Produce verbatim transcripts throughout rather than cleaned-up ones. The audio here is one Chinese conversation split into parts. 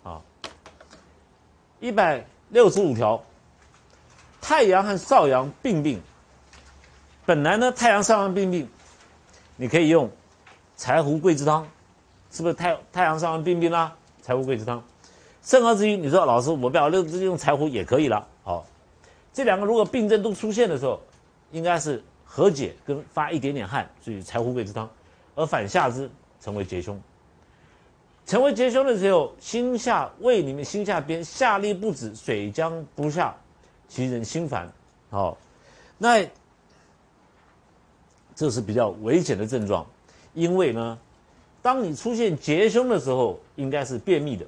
啊，一百六十五条，太阳和少阳并病。本来呢，太阳少阳并病，你可以用柴胡桂枝汤，是不是太太阳少阳并病啦？柴胡桂枝汤。甚而至于你说老师，我不要用柴胡也可以了。好，这两个如果病症都出现的时候，应该是和解跟发一点点汗，所以柴胡桂枝汤。而反下之，成为结胸。成为结胸的时候，心下胃里面心下边下利不止，水浆不下，其人心烦。好，那这是比较危险的症状，因为呢，当你出现结胸的时候，应该是便秘的。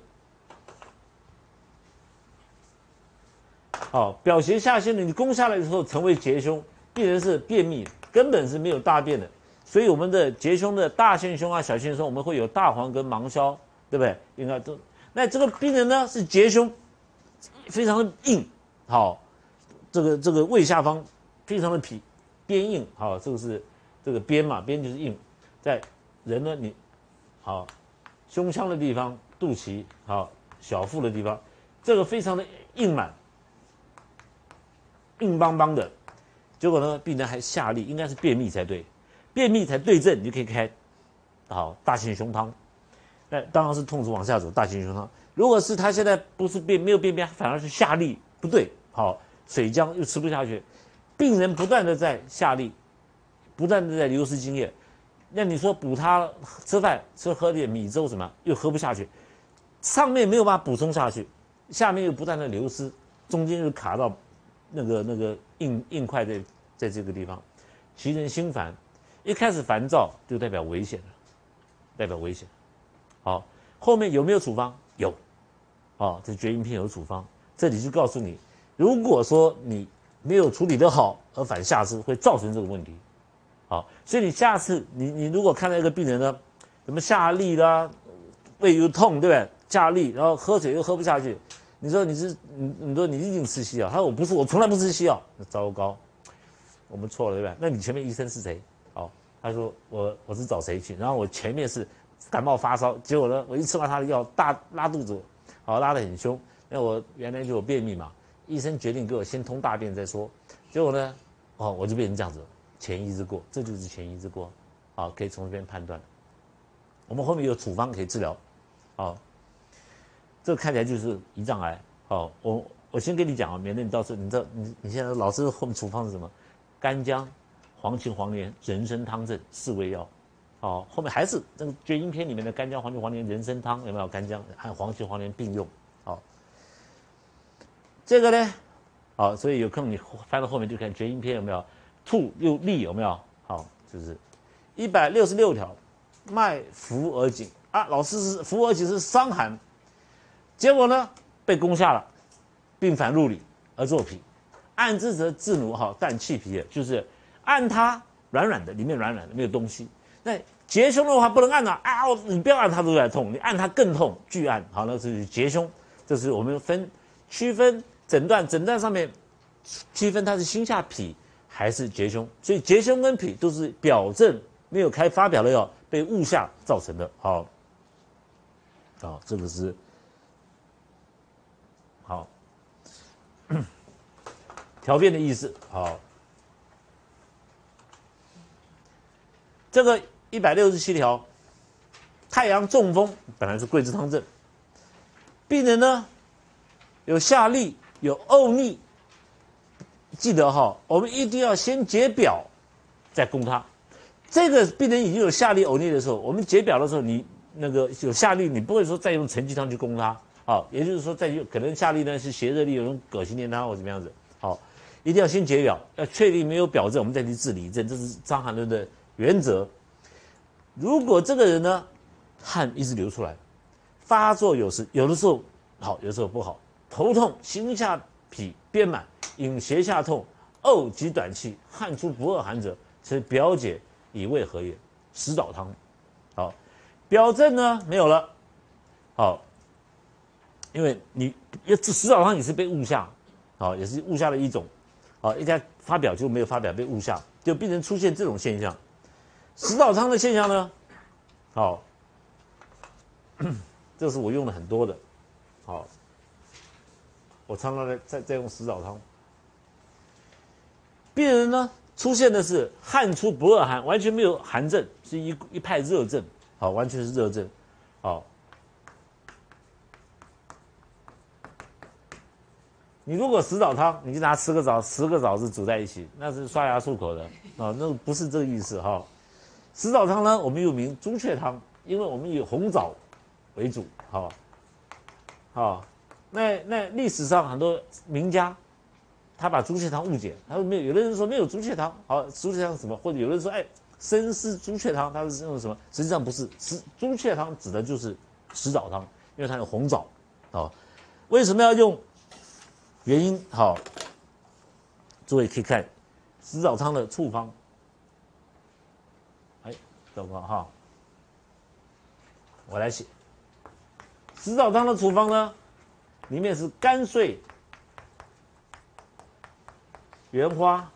好，表邪下陷的，你攻下来之后成为结胸，病人是便秘，根本是没有大便的。所以我们的结胸的大陷胸啊、小陷胸，我们会有大黄跟芒硝，对不对？应该都。那这个病人呢是结胸，非常的硬，好，这个这个胃下方非常的皮边硬，好，这个是这个边嘛，边就是硬，在人呢你好胸腔的地方、肚脐好小腹的地方，这个非常的硬满。硬邦邦的，结果呢，病人还下利，应该是便秘才对，便秘才对症，你就可以开好大陷胸汤。那当然是痛处往下走，大陷胸汤。如果是他现在不是便没有便秘，反而是下利，不对，好水浆又吃不下去，病人不断的在下利，不断的在流失津液。那你说补他吃饭吃喝点米粥什么，又喝不下去，上面没有办法补充下去，下面又不断的流失，中间又卡到。那个那个硬硬块在在这个地方，其人心烦，一开始烦躁就代表危险了，代表危险。好，后面有没有处方？有，哦，这厥阴篇有处方，这里就告诉你，如果说你没有处理得好，而反下肢会造成这个问题。好，所以你下次你你如果看到一个病人呢，什么下利啦，胃又痛，对不对？下利，然后喝水又喝不下去。你说你是你你说你一定吃西药，他说我不是，我从来不吃西药，那糟糕，我们错了，对吧？那你前面医生是谁？哦，他说我我是找谁去？然后我前面是感冒发烧，结果呢，我一吃完他的药，大拉肚子，好拉得很凶。那我原来就有便秘嘛，医生决定给我先通大便再说。结果呢，哦，我就变成这样子，前医之过，这就是前医之过，好，可以从这边判断。我们后面有处方可以治疗，好。这个看起来就是胰脏癌，好，我我先跟你讲啊，免得你到时候你知道你你现在老师后面处方是什么？干姜、黄芩、黄连、人参汤证四味药，好，后面还是这个厥阴篇里面的干姜、黄芩、黄连、人参汤有没有？干姜和黄芩、黄连并用，好，这个呢，好，所以有空你翻到后面就看厥阴篇有没有吐又利有没有？好，就是一百六十六条，脉浮而紧啊，老师是浮而紧是伤寒。结果呢，被攻下了，病反入里而作皮，按之则自奴哈，但气皮也，就是按它软软的，里面软软的，没有东西。那结胸的话不能按啊，啊，你不要按它都在痛，你按它更痛，拒按。好，那是结胸，这是我们分区分诊断，诊断上面区分它是心下痞还是结胸，所以结胸跟痞都是表症没有开发表的药被误下造成的。好，好，这个是。好，条变的意思好。这个一百六十七条，太阳中风本来是桂枝汤症，病人呢有下利有呕逆，记得哈，我们一定要先解表，再攻它。这个病人已经有下利呕逆的时候，我们解表的时候，你那个有下利，你不会说再用承气汤去攻它。好，也就是说，在可能下利呢是邪热利，有种葛行莲汤或怎么样子。好，一定要先解表，要确定没有表症，我们再去治理症，这是伤寒论的原则。如果这个人呢，汗一直流出来，发作有时有的时候好，有的时候不好，头痛、心下痞、边满、引胁下痛、呕及短气、汗出不恶寒者，此表解以胃合也。石枣汤。好，表症呢没有了。好。因为你这石枣汤也是被误下，好，也是误下的一种，好，一旦发表就没有发表，被误下，就病人出现这种现象。石枣汤的现象呢，好，这是我用了很多的， 好，我常常在在在用石枣汤。病人呢出现的是汗出不恶寒，完全没有寒症，是一一派热症，好，完全是热症，好。你如果石枣汤，你就拿十个枣十个枣子煮在一起，那是刷牙漱口的啊，那不是这个意思哈。石枣汤呢，我们又名朱雀汤，因为我们以红枣为主，好，好，那那历史上很多名家，他把朱雀汤误解，他说没有，有的人说没有朱雀汤，好，朱雀汤什么，或者有人说哎，参丝朱雀汤，它是用什么？实际上不是，是朱雀汤指的就是石枣汤，因为它有红枣，啊，为什么要用？原因好，诸位可以看石枣汤的处方。哎，糟糕哈，我来写。石枣汤的处方呢，里面是甘穗、原花、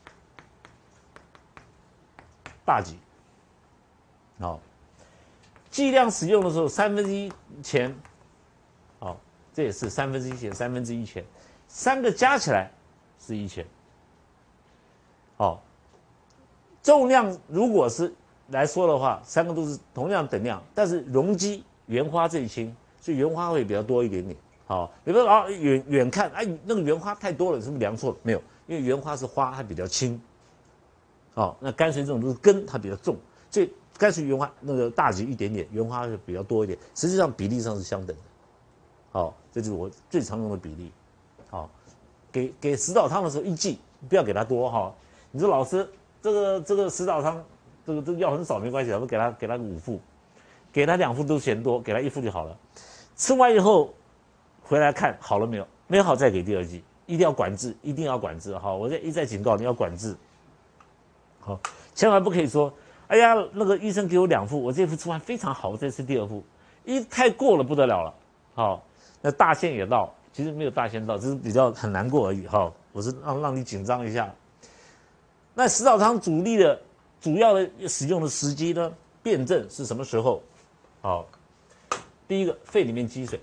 大戟。好，剂量使用的时候三分之一钱，好，这也是三分之一钱，三分之一钱。三个加起来是一钱，好，重量如果是来说的话，三个都是同样等量，但是容积原花最轻，所以原花会比较多一点点。好，有的啊远远看，哎，那个原花太多了，是不是量错了？没有，因为原花是花，它比较轻。好，那甘穗这种都是根，它比较重，所以甘穗原花那个大戟一点点，原花是比较多一点，实际上比例上是相等的。好，这就是我最常用的比例。好，给给石枣汤的时候一剂，不要给他多哈。你说老师，这个这个石枣汤，这个这个药很少没关系，我们给他给他五副，给他两副都嫌多，给他一副就好了。吃完以后回来看好了没有，没有好再给第二剂，一定要管制，一定要管制哈。我再一再警告你要管制，好，千万不可以说，哎呀，那个医生给我两副，我这副吃完非常好，我再吃第二副，一太过了不得了了，好，那大限也到。其实没有大限到，只是比较很难过而已哈。我是让让你紧张一下。那石枣汤主力的主要的使用的时机呢，辩证是什么时候？好，第一个肺里面积水。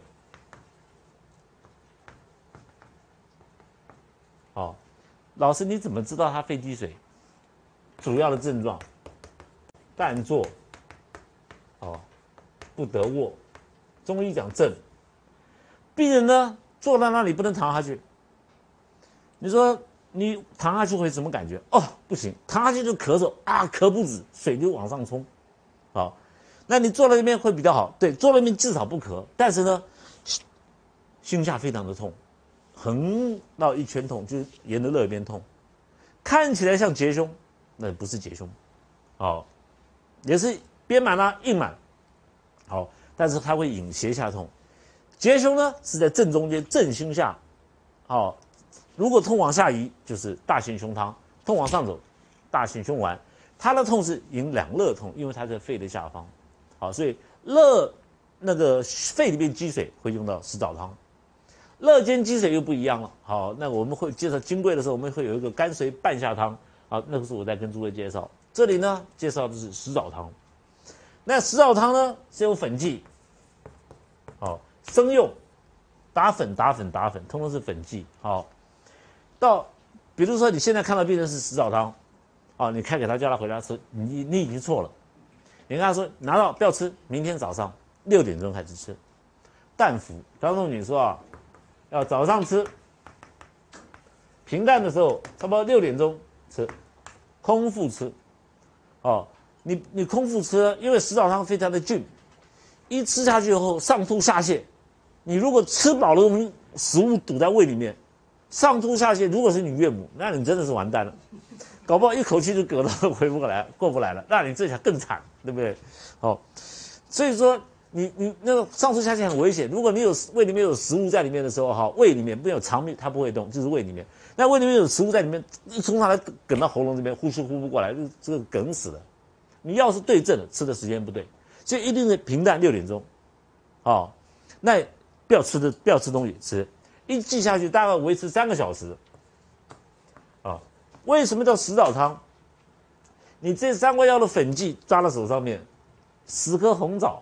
好，老师你怎么知道他肺积水？主要的症状：淡坐，哦，不得卧。中医讲症，病人呢？坐在那里不能躺下去，你说你躺下去会什么感觉？哦，不行，躺下去就咳嗽啊，咳不止，水就往上冲。好，那你坐在那边会比较好，对，坐在那边至少不咳，但是呢，胸下非常的痛，横到一圈痛，就是沿着肋边痛，看起来像结胸，那不是结胸，好，也是边满啦、硬满，好，但是它会引胁下痛。结胸呢是在正中间正胸下，好、哦，如果痛往下移就是大行胸汤，痛往上走，大行胸丸。它的痛是引两肋痛，因为它在肺的下方，好，所以肋那个肺里面积水会用到石枣汤，肋间积水又不一样了。好，那我们会介绍金匮的时候，我们会有一个甘髓半夏汤，好，那个时候我再跟诸位介绍。这里呢介绍的是石枣汤，那石枣汤呢是有粉剂，好。生用，打粉打粉打粉，通通是粉剂。好，到比如说你现在看到病人是石枣汤，哦，你开给他叫他回家吃，你你已经错了。你跟他说拿到不要吃，明天早上六点钟开始吃，淡服。当中你说啊，要早上吃，平淡的时候差不多六点钟吃，空腹吃。哦，你你空腹吃，因为石枣汤非常的峻，一吃下去以后上吐下泻。你如果吃饱了东西，食物堵在胃里面，上吐下泻，如果是你岳母，那你真的是完蛋了，搞不好一口气就嗝到回不过来，过不来了，那你这下更惨，对不对？好，所以说你你那个上吐下泻很危险。如果你有胃里面有食物在里面的时候，哈，胃里面没有肠壁它不会动，就是胃里面。那胃里面有食物在里面，一冲上来梗到喉咙这边，呼吸呼不过来，就这个梗死了。你要是对症了，吃的时间不对，所以一定是平淡六点钟，哦，那。不要吃的，不要吃东西，吃一剂下去大概维持三个小时。啊，为什么叫石枣汤？你这三味药的粉剂抓到手上面，十颗红枣，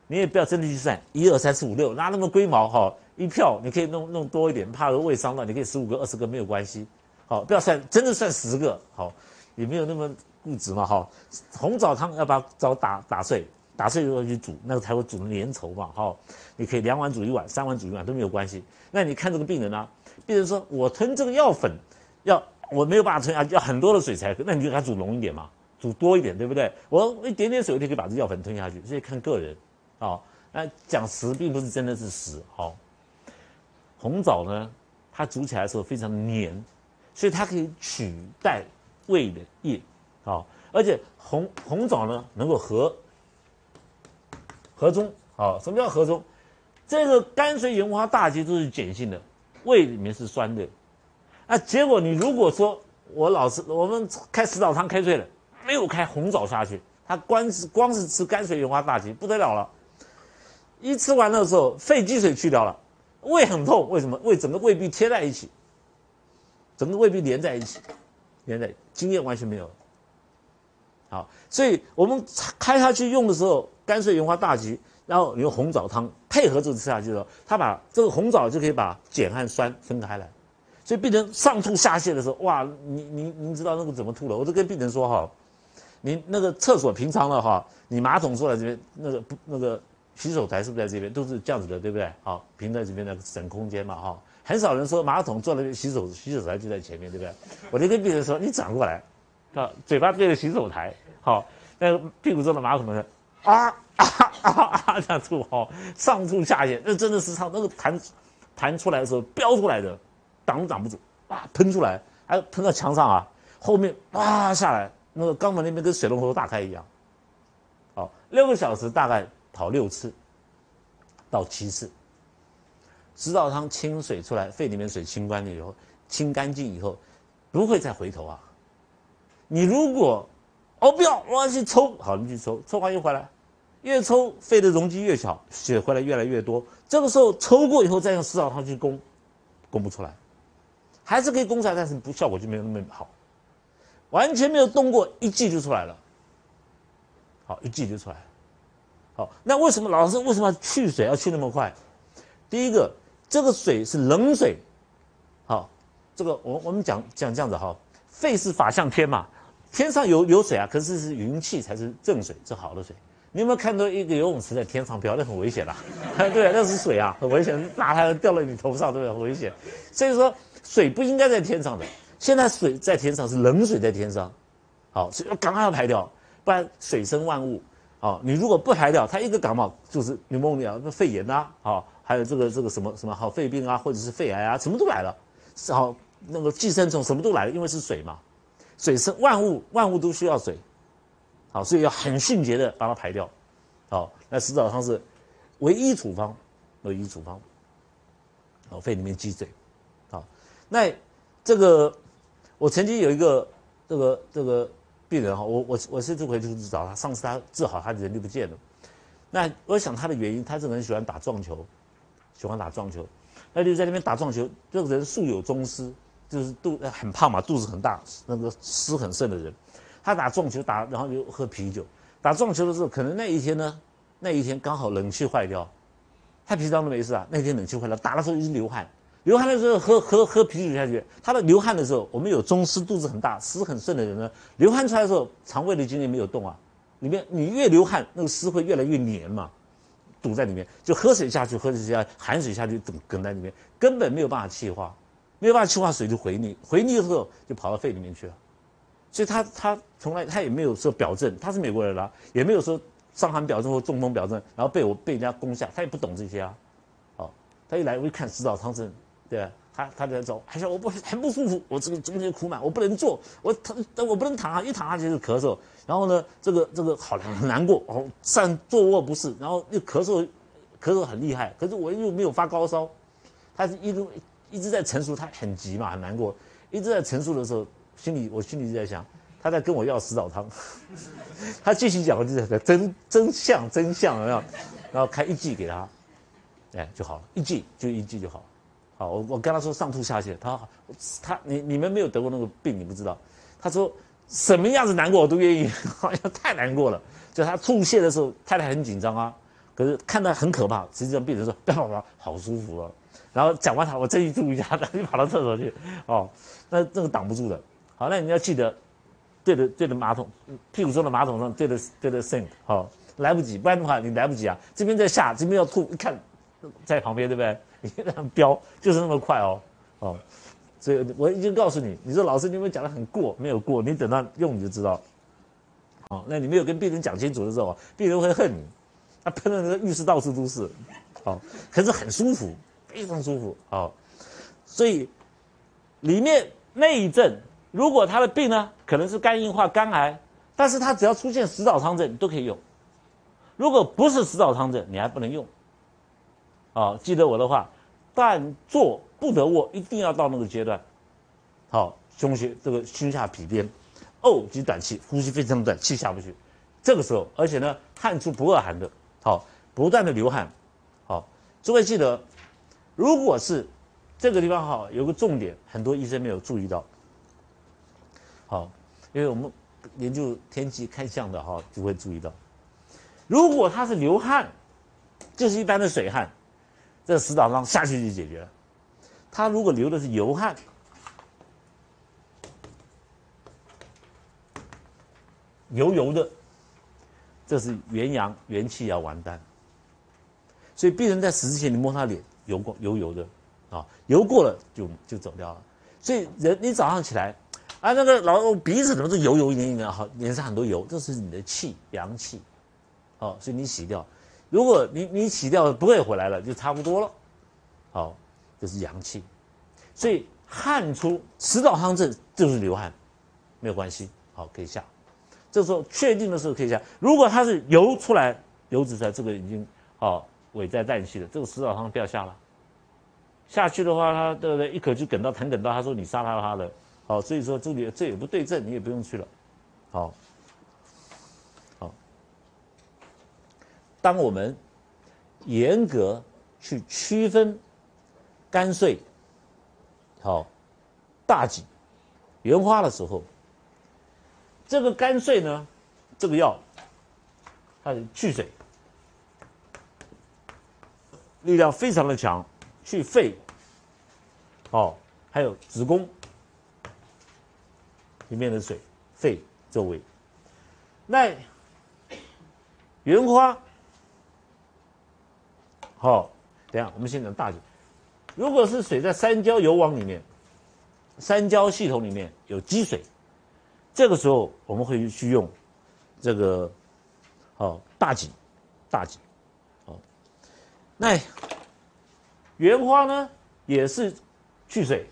你也不要真的去算一二三四五六，拿那么龟毛哈、哦，一票你可以弄弄多一点，怕胃伤到，你可以十五个二十个没有关系，好、哦，不要算真的算十个，好、哦，也没有那么固执嘛哈、哦。红枣汤要把枣打打碎，打碎以后去煮，那个才会煮粘稠嘛哈、哦。你可以两碗煮一碗，三碗煮一碗都没有关系。那你看这个病人啊，病人说我吞这个药粉要我没有办法吞下去，要很多的水才可，那你就给他煮浓一点嘛。煮多一点，对不对？我一点点水就可以把这药粉吞下去，所以看个人，哦，那讲实并不是真的是实，好、哦。红枣呢，它煮起来的时候非常黏，所以它可以取代胃的液，好、哦，而且红红枣呢能够和和中，好、哦，什么叫和中？这个甘水盐花大吉都是碱性的，胃里面是酸的，那结果你如果说我老是我们开食枣汤开醉了。没有开红枣下去，他光是光是吃甘水盐花大吉不得了了，一吃完的时候肺积水去掉了，胃很痛，为什么？胃整个胃壁贴在一起，整个胃壁连在一起，连在津液完全没有了。好，所以我们开下去用的时候，甘水盐花大吉，然后你用红枣汤配合着吃下去的时候，它把这个红枣就可以把碱和酸分开来，所以病人上吐下泻的时候，哇，你你你知道那个怎么吐了？我就跟病人说哈。你那个厕所平常的话，你马桶坐在这边，那个不那个洗手台是不是在这边？都是这样子的，对不对？好，平在这边的省空间嘛，哈，很少人说马桶坐在洗手洗手台就在前面，对不对？我就跟病人说，你转过来，啊，嘴巴对着洗手台，好，那个屁股坐在马桶上，啊啊啊啊这样吐，哈，上吐下泻，那真的是上那个弹弹出来的时候飙出来的，挡都挡不住，哇，喷出来，还喷到墙上啊，后面哇下来。那个肛门那边跟水龙头打开一样，好，六个小时大概跑六次到七次，食枣汤清水出来，肺里面水清干了以后，清干净以后，不会再回头啊。你如果哦不要，我要去抽，好，你去抽，抽完又回来，越抽肺的容积越小，血回来越来越多。这个时候抽过以后再用食枣汤去攻，攻不出来，还是可以攻出来，但是不效果就没有那么好。完全没有动过，一剂就出来了。好，一剂就出来了。好，那为什么老师为什么要去水要去那么快？第一个，这个水是冷水。好，这个我我们讲讲这样子哈，肺是法向天嘛，天上有有水啊，可是是云气才是正水，是好的水。你有没有看到一个游泳池在天上飘？那很危险啦、啊，对，那是水啊，很危险，拿它掉到你头上，对不对？很危险。所以说，水不应该在天上的。现在水在天上是冷水在天上，好，所以要赶快要排掉，不然水生万物。好，你如果不排掉，它一个感冒就是牛蒡利啊、肺炎啊，好，还有这个这个什么什么好肺病啊，或者是肺癌啊，什么都来了。好，那个寄生虫什么都来了，因为是水嘛，水生万物，万物都需要水。好，所以要很迅捷的把它排掉。好，那食枣汤是唯一处方，唯一处方。好，肺里面积水。好，那这个。我曾经有一个这个这个病人哈，我我我是这回去找他，上次他治好，他人就不见了。那我想他的原因，他这个人喜欢打撞球，喜欢打撞球，那就在那边打撞球。这个人素有中湿，就是肚很胖嘛，肚子很大，那个湿很盛的人。他打撞球打，然后就喝啤酒。打撞球的时候，可能那一天呢，那一天刚好冷气坏掉，他平常都没事啊，那天冷气坏了，打的时候一直流汗。流汗的时候喝喝喝啤酒下去，他的流汗的时候，我们有中湿肚子很大、湿很盛的人呢，流汗出来的时候，肠胃的津液没有动啊，里面你越流汗，那个湿会越来越黏嘛，堵在里面，就喝水下去，喝水下去，含水下去，梗梗在里面，根本没有办法气化，没有办法气化，水就回逆，回逆的时候就跑到肺里面去了，所以他他从来他也没有说表证，他是美国人啦、啊，也没有说伤寒表证或中风表证，然后被我被人家攻下，他也不懂这些啊，好，他一来我一看食枣汤证。对啊，他他在走，还说我不很不舒服，我这个中间苦满，我不能坐，我躺我不能躺下，一躺下去就咳嗽，然后呢，这个这个好很难过，哦，站坐卧不适，然后又咳嗽，咳嗽很厉害，可是我又没有发高烧，他是一路一直在陈述，他很急嘛，很难过，一直在陈述的时候，心里我心里就在想，他在跟我要食枣汤，他继续讲，我就在真真相真相，有没有？然后开一剂给他，哎就好了，一剂就一剂就好了。好，我我跟他说上吐下泻，他他你你们没有得过那个病，你不知道。他说什么样子难过我都愿意，好像太难过了。就他吐泻的时候，太太很紧张啊， 可是看到很可怕，实际上病人说不要跑，好舒服哦。然后讲完他，我这一注意一下，他就跑到厕所去，哦，那这个挡不住的。好，那你要记得，对着对着马桶，屁股坐在马桶上，对着对着 sink， 好，来不及，不然的话你来不及啊。这边在下，这边要吐，一看在旁边，对不对？你这样飙就是那么快哦，哦，所以我已经告诉你，你说老师你有没有讲得很过？没有过，你等到用你就知道。好，那你没有跟病人讲清楚的时候，病人会恨你，他喷的那个浴室到处都是，好，可是很舒服。非常舒服，好，所以里面内症，如果他的病呢，可能是肝硬化、肝癌，但是他只要出现食道汤症，你都可以用。如果不是食道汤症，你还不能用。好，记得我的话，但坐不得卧，一定要到那个阶段。好，胸胁这个胸下痞边，呕及短气，呼吸非常短，气下不去。这个时候，而且呢，汗出不恶寒的，好，不断的流汗，好，诸位记得。如果是这个地方好，有个重点，很多医生没有注意到。好，因为我们研究天气看相的哈，就会注意到。如果他是流汗，就是一般的水汗，这个食道汤下去就解决了。他如果流的是油汗，油油的，这是元阳元气要完蛋。所以病人在死之前，你摸他脸。油过油油的，啊，油过了就就走掉了。所以人你早上起来，啊，那个老鼻子怎么是油油一点一点，好，脸上很多油，这是你的气阳气，好，所以你洗掉。如果你你洗掉不会回来了，就差不多了，好，这是阳气。所以汗出食道汤症就是流汗，没有关系，好，可以下。这时候确定的时候可以下。如果它是油出来，油脂出来，这个已经好。危在旦夕的，这个食道汤不要下了，下去的话，他对不对？一口就梗到疼梗到，他说你杀他他的，好，所以说这里这也不对症，你也不用去了，好，好。当我们严格去区分肝肾、好大戟、原花的时候，这个肝肾呢，这个药它是去水。力量非常的强，去肺，哦，还有子宫里面的水，肺周围。那原花，好、哦，等一下我们先讲大戟。如果是水在三焦油网里面，三焦系统里面有积水，这个时候我们会去用这个，哦，大戟，大戟。那原花呢，也是去水，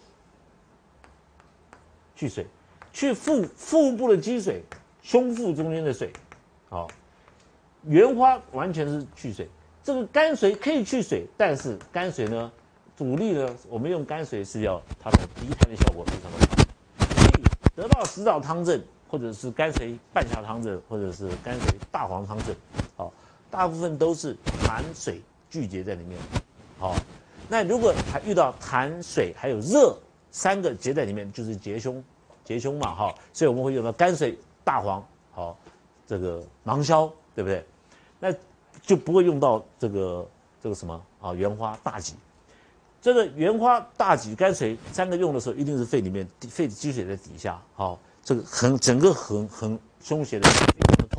去水，去腹腹部的积水，胸腹中间的水，好，原花完全是去水。这个肝水可以去水，但是肝水呢，主力呢，我们用肝水是要它的涤痰的效果非常的好，所以得到食道汤症，或者是肝水半夏汤症，或者是肝水大黄汤症，好，大部分都是痰水聚集在里面，好，那如果还遇到痰水还有热三个结在里面，就是结胸，结胸嘛，哈，所以我们会用到肝水大黄，好，这个芒硝，对不对？那就不会用到这个这个什么啊原花大戟，这个原花大戟肝水三个用的时候，一定是肺里面肺的积水在底下，好，这个很整个很很胸胁的痛。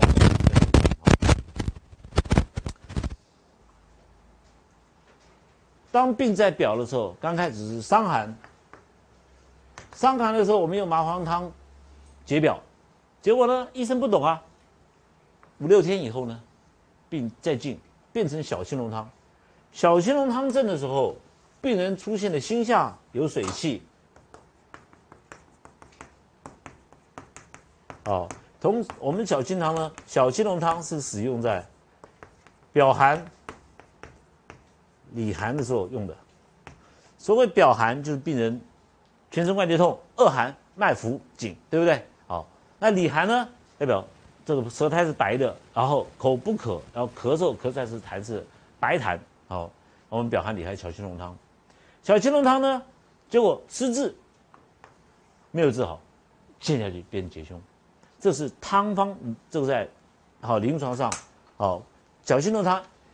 当病在表的时候，刚开始是伤寒，伤寒的时候我们用麻黄汤解表，结果呢医生不懂啊，五六天以后呢，病再进变成小青龙汤，小青龙汤症的时候，病人出现的心下有水气，哦，同我们小青汤呢，小青龙汤是使用在表寒。里寒的时候用的，所谓表寒就是病人全身关节痛，恶寒脉浮紧，对不对？好，那里寒呢，代表这个舌苔是白的，然后口不渴，然后咳嗽咳出来是痰是白痰，好，我们表寒里寒小青龙汤，小青龙汤呢，结果吃治没有治好，陷下去变结胸，这是汤方，这个在好临床上好小青龙汤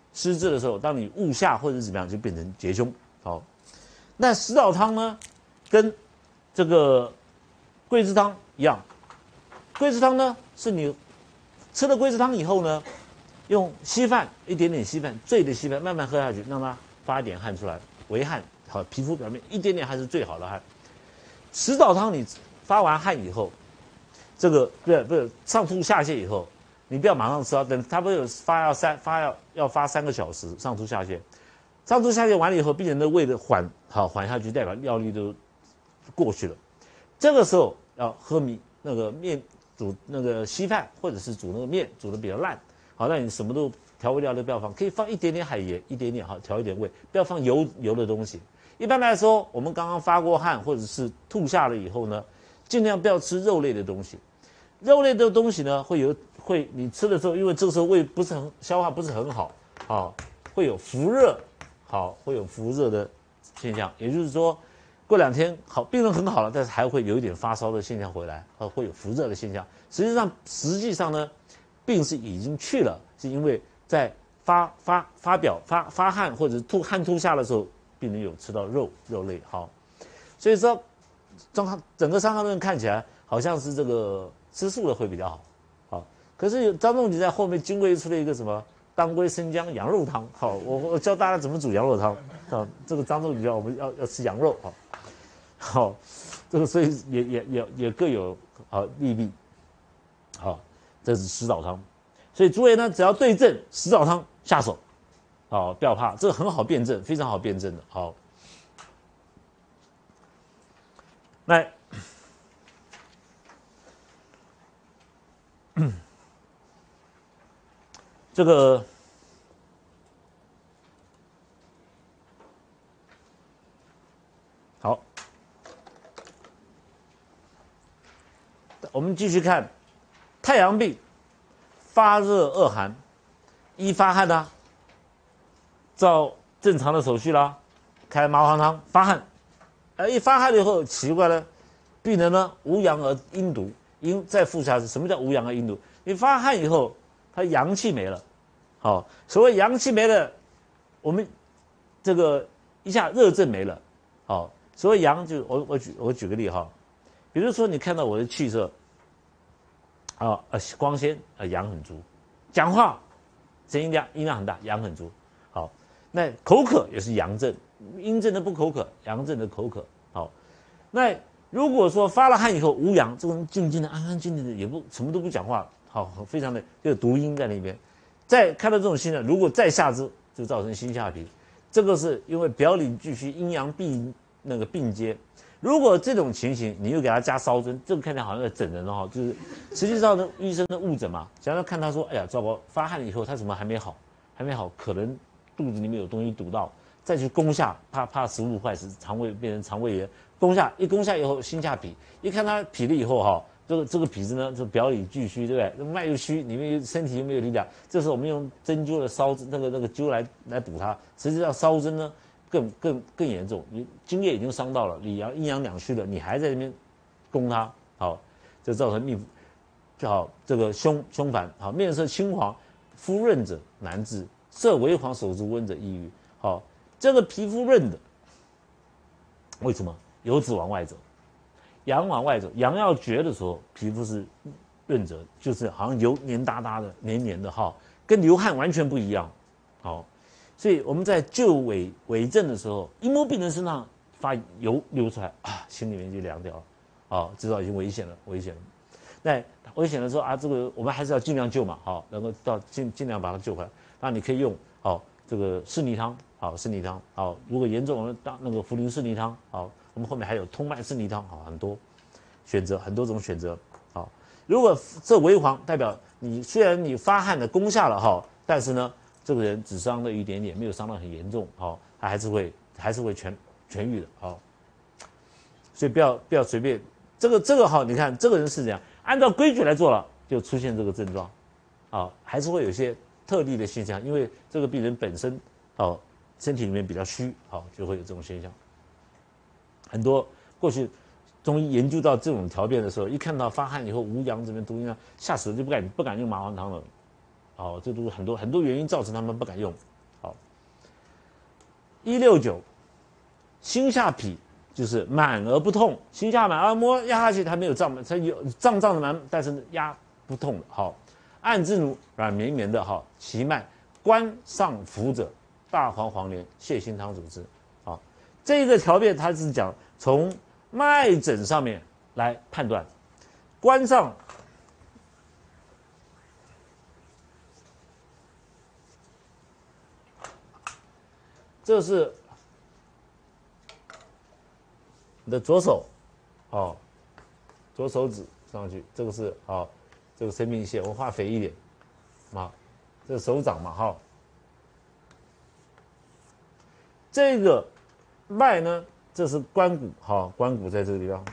失智的时候，当你误下或者是怎么样，就变成结胸。好，那石枣汤呢，跟这个桂枝汤一样。桂枝汤呢，是你吃了桂枝汤以后呢，用稀饭一点点稀饭，醉的稀饭慢慢喝下去，让它发一点汗出来，微汗，好，皮肤表面一点点汗是最好的汗。石枣汤你发完汗以后，这个不是不是上吐下泻以后，你不要马上吃啊，等差不多有发要三发要要发三个小时，上吐下泻，上吐下泻完了以后，病人的胃的缓好缓下去，代表药力都过去了。这个时候要喝米那个面煮那个稀饭，或者是煮那个面煮的比较烂，好，那你什么都调味料都不要放，可以放一点点海盐，一点点好调一点味，不要放油油的东西。一般来说，我们刚刚发过汗或者是吐下了以后呢，尽量不要吃肉类的东西。肉类的东西呢，会有会你吃的时候，因为这个时候胃不是很消化不是很好，好会有伏热，好会有伏热的现象。也就是说，过两天好病人很好了，但是还会有一点发烧的现象回来，呃会有伏热的现象。实际上实际上呢，病是已经去了，是因为在发发发表发发汗或者吐汗吐下的时候。病人有吃到肉肉类，好，所以说，张整个伤寒论看起来好像是这个吃素的会比较好，好，可是有张仲景在后面精卫出了一个什么当归生姜羊肉汤，好，我我教大家怎么煮羊肉汤，好，这个张仲景叫我们要要吃羊肉，好，好，这个所以也也也也各有好利弊，好，这是石枣汤，所以诸位呢只要对症石枣汤下手。好，不要怕，这个很好辩证，非常好辩证的。好，那这个好，我们继续看太阳病，发热恶寒，一发汗呢、啊。照正常的手续啦，开麻黄汤发汗，而一发汗了以后，奇怪了，病人呢无阳而阴毒，阴再附下是什么叫无阳而阴毒？你发汗以后，他阳气没了，好，所谓阳气没了，我们这个一下热症没了，好，所谓阳就我我举我举个例哈，比如说你看到我的气色，啊呃光鲜呃阳很足，讲话声音量音量很大，阳很足。那口渴也是阳症，阴症的不口渴，阳症的口渴。好，那如果说发了汗以后无阳，这种静静的、安安静静的，也不什么都不讲话，好，非常的就读音在那边。再看到这种现象，如果再下肢，就造成心下痞，这个是因为表里俱虚，阴阳并那个并接。如果这种情形，你又给他加烧针，这个看起来好像在整人哦，就是实际上呢，医生的误诊嘛，想要看他说，哎呀，糟糕，发汗了以后他怎么还没好，还没好，可能。肚子里面有东西堵到，再去攻下，怕怕食物坏死，肠胃变成肠胃炎。攻下一攻下以后，心下痞，一看他痞了以后哈，这个这个痞子呢，就表里俱虚，对不对？脉又虚，里面身体又没有力量。这时候我们用针灸的烧那个那个灸来来补它。实际上烧针呢更更更严重，你津液已经伤到了，里阳阴阳两虚了，你还在那边攻它，好，就造成命，就好这个胸胸烦，好面色青黄，肤润者难治。色微黄，手足温者抑郁。好，这个皮肤润的，为什么？油脂往外走，阳往外走，阳要绝的时候，皮肤是润泽，就是好像油黏哒哒的、黏黏的哈，跟流汗完全不一样。好，所以我们在救伪伪证的时候，一摸病人身上发油流出来啊，心里面就凉掉了，啊，知道已经危险了，危险了。那危险的时候啊，这个我们还是要尽量救嘛，好，能够到尽尽量把它救回来。那你可以用好这个四逆汤，好四逆汤，好，如果严重我们当那个茯苓四逆汤，好，我们后面还有通脉四逆汤，好，很多选择，很多种选择，好，如果这为黄，代表你虽然你发汗的攻下了哈，但是呢，这个人只伤了一点点，没有伤到很严重，好，他还是会还是会痊痊愈的，好，所以不要不要随便，这个这个好，你看这个人是这样，按照规矩来做了，就出现这个症状，啊，还是会有些。特例的现象，因为这个病人本身哦身体里面比较虚，好就会有这种现象。很多过去中医研究到这种条变的时候，一看到发汗以后无阳这边毒阴啊，吓死了就不敢不敢用麻黄汤了。哦，这都是很多很多原因造成他们不敢用。 好，一六九，心下痞就是满而不痛，心下满啊，摸压下去它没有胀，它有胀胀的满，但是压不痛的。好，按之奴软绵绵的，好，其脉关上浮者，大黄黄连泻心汤主之。好，这个条件它是讲从脉诊上面来判断，关上。这是你的左手，哦，左手指上去，这个是哦，这个生命线，我画肥一点，啊，这个手掌嘛，哈、哦，这个脉呢，这是关谷，哈、哦，关谷在这个地方，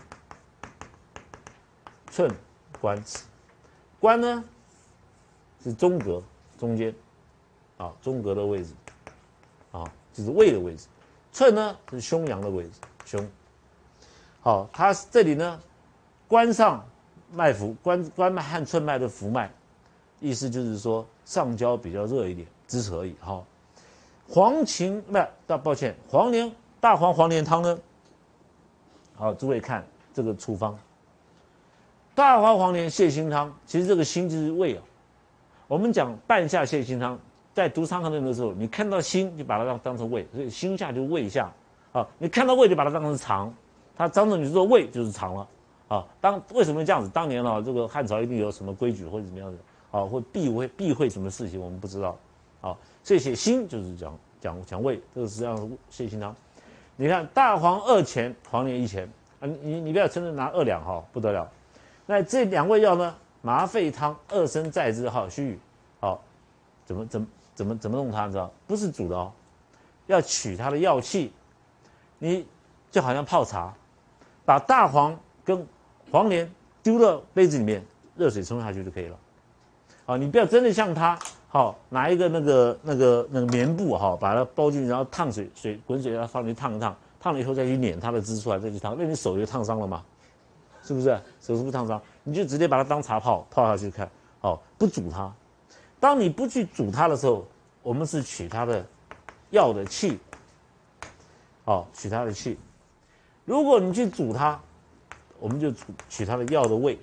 寸关尺，关呢是中隔中间，啊，中隔的位置，啊。就是胃的位置，寸呢是胸阳的位置，胸。好，它这里呢，关上脉浮，关关脉和寸脉的浮脉，意思就是说上焦比较热一点，支持而已。好，黄芩脉，大抱歉，黄连大黄黄连汤呢，好，诸位看这个处方，大黄黄连泻心汤，其实这个心就是胃啊。我们讲半夏泻心汤。在读《伤寒论》的时候，你看到心就把它当当成胃，所以心下就是胃下，啊，你看到胃就把它当成肠，它当成你说胃就是肠了，啊，当为什么这样子？当年啊，这个汉朝一定有什么规矩或者怎么样的，啊，或避讳避讳什么事情，我们不知道，啊，所以写心就是讲讲讲胃，这个实际上是泻心汤。你看大黄二钱，黄连一钱，啊，你你不要真的拿二两哈，不得了。那这两味药呢，麻沸汤二升在之，哈，须臾，好，怎么怎么？怎么怎么弄它？你知道？不是煮的哦，要取它的药气。你就好像泡茶，把大黄跟黄连丢到杯子里面，热水冲下去就可以了。好，你不要真的像它，好拿一个那个那个那个棉布哈，把它包进去，然后烫水水滚水，然后放进去烫一烫，烫了以后再去碾它的汁出来，再去烫，那你手就烫伤了嘛？是不是？手是不是烫伤？你就直接把它当茶泡泡下去看，好，不煮它。当你不去煮它的时候，我们是取它的药的气，哦，取它的气。如果你去煮它，我们就取它的药的味。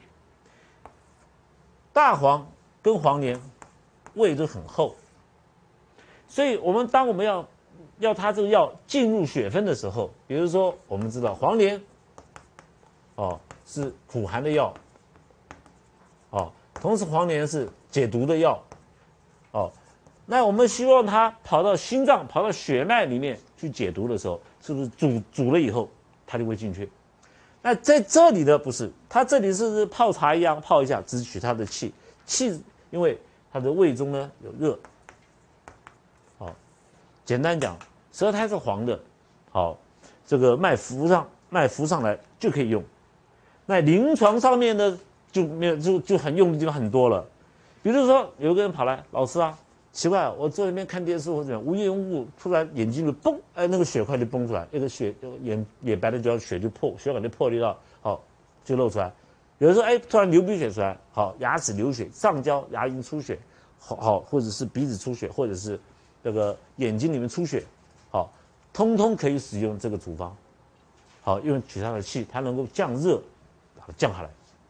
大黄跟黄连味都很厚，所以我们当我们要要它这个药进入血分的时候，比如说我们知道黄连，哦，是苦寒的药，哦，同时黄连是解毒的药。哦，那我们希望它跑到心脏、跑到血脉里面去解毒的时候，是不是煮煮了以后它就会进去？那在这里呢，不是，它这里是泡茶一样泡一下，只取它的气，气因为它的胃中呢有热。好，简单讲，舌苔是黄的，好，这个脉浮上脉浮上来就可以用。那临床上面呢就没有就就很用的地方很多了。比如说，有一个人跑来，老师啊，奇怪，我坐那边看电视或者怎么样，无缘无故突然眼睛就崩，哎，那个血块就崩出来，那个血眼眼白的就要血就破，血管就破裂到，好就露出来。有的时候，哎，突然流鼻血出来，好，牙齿流血，上焦牙龈出血，好，好，或者是鼻子出血，或者是这个眼睛里面出血，好，通通可以使用这个处方，好，用取它的气，它能够降热，把它降下来，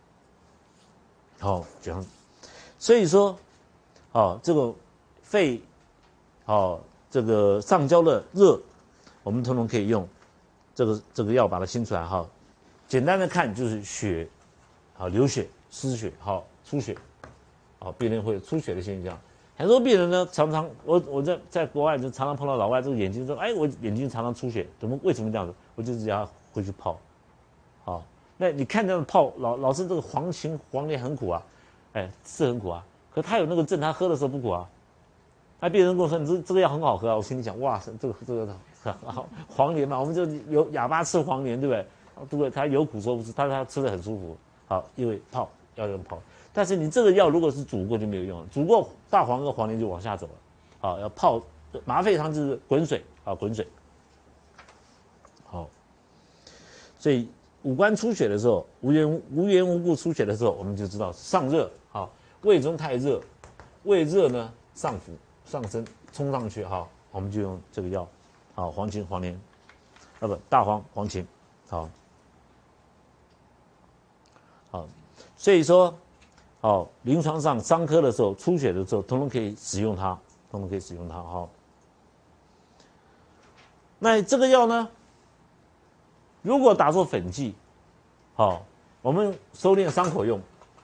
好，这样。所以说，哦，这个肺，哦，这个上焦的热，我们通通可以用这个这个药把它清出来哈。简单的看就是血，好流血、失血、好出血，好病人会有出血的现象。很多病人呢，常常我我在在国外就常常碰到老外这个眼睛说，哎，我眼睛常常出血，怎么为什么这样子？我就只要回去泡，好，那你看这样泡，老老是这个黄芩黄连很苦啊。哎，是很苦啊，可他有那个症，他喝的时候不苦啊。那病人跟我说：“你这这个药很好喝啊。”我心里想：“哇，这个这个黄连嘛，我们就有哑巴吃黄连，对不对？对不对？他有苦说不出，但是他吃的很舒服。好，因为泡要用泡，但是你这个药如果是煮过就没有用了，煮过大黄跟黄连就往下走了。好，要泡麻沸汤就是滚水啊，滚水。好，所以。五官出血的时候，无缘无缘无故出血的时候，我们就知道上热，好，胃中太热，胃热呢上浮上升冲上去，哈， 我们就用这个药，好，黄芩、黄连，啊不，大黄、黄芩，好，好，所以说，好，临床上伤科的时候、出血的时候，通通可以使用它，通通可以使用它，好。那这个药呢，如果打作粉剂，好，我们收敛伤口用。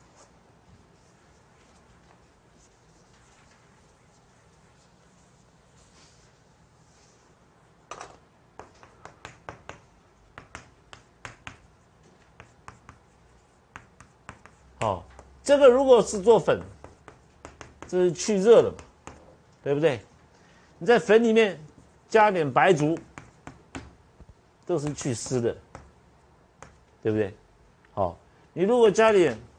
好，这个如果是做粉，这是去热的嘛，对不对？你在粉里面加点白术，都是去湿的，对不对？好，你如果加点